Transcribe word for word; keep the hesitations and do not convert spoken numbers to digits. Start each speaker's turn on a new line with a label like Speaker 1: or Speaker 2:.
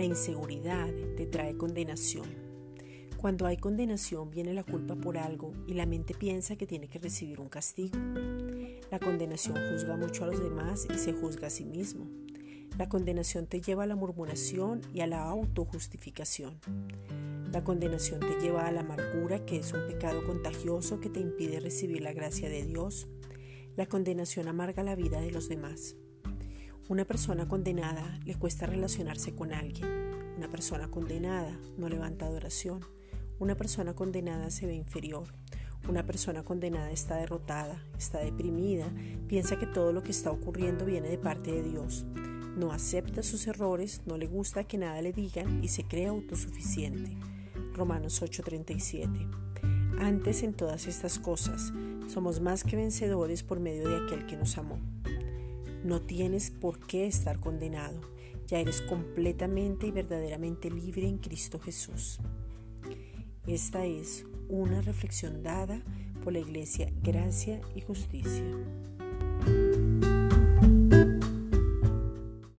Speaker 1: La inseguridad te trae condenación. Cuando hay condenación viene la culpa por algo y la mente piensa que tiene que recibir un castigo. La condenación juzga mucho a los demás y se juzga a sí mismo. La condenación te lleva a la murmuración y a la autojustificación. La condenación te lleva a la amargura, que es un pecado contagioso que te impide recibir la gracia de Dios. La condenación amarga la vida de los demás. Una persona condenada le cuesta relacionarse con alguien. Una persona condenada no levanta adoración. Una persona condenada se ve inferior. Una persona condenada está derrotada, está deprimida, piensa que todo lo que está ocurriendo viene de parte de Dios. No acepta sus errores, no le gusta que nada le digan y se cree autosuficiente. Romanos ocho treinta y siete. Antes, en todas estas cosas, somos más que vencedores por medio de aquel que nos amó. No tienes por qué estar condenado, ya eres completamente y verdaderamente libre en Cristo Jesús. Esta es una reflexión dada por la Iglesia Gracia y Justicia.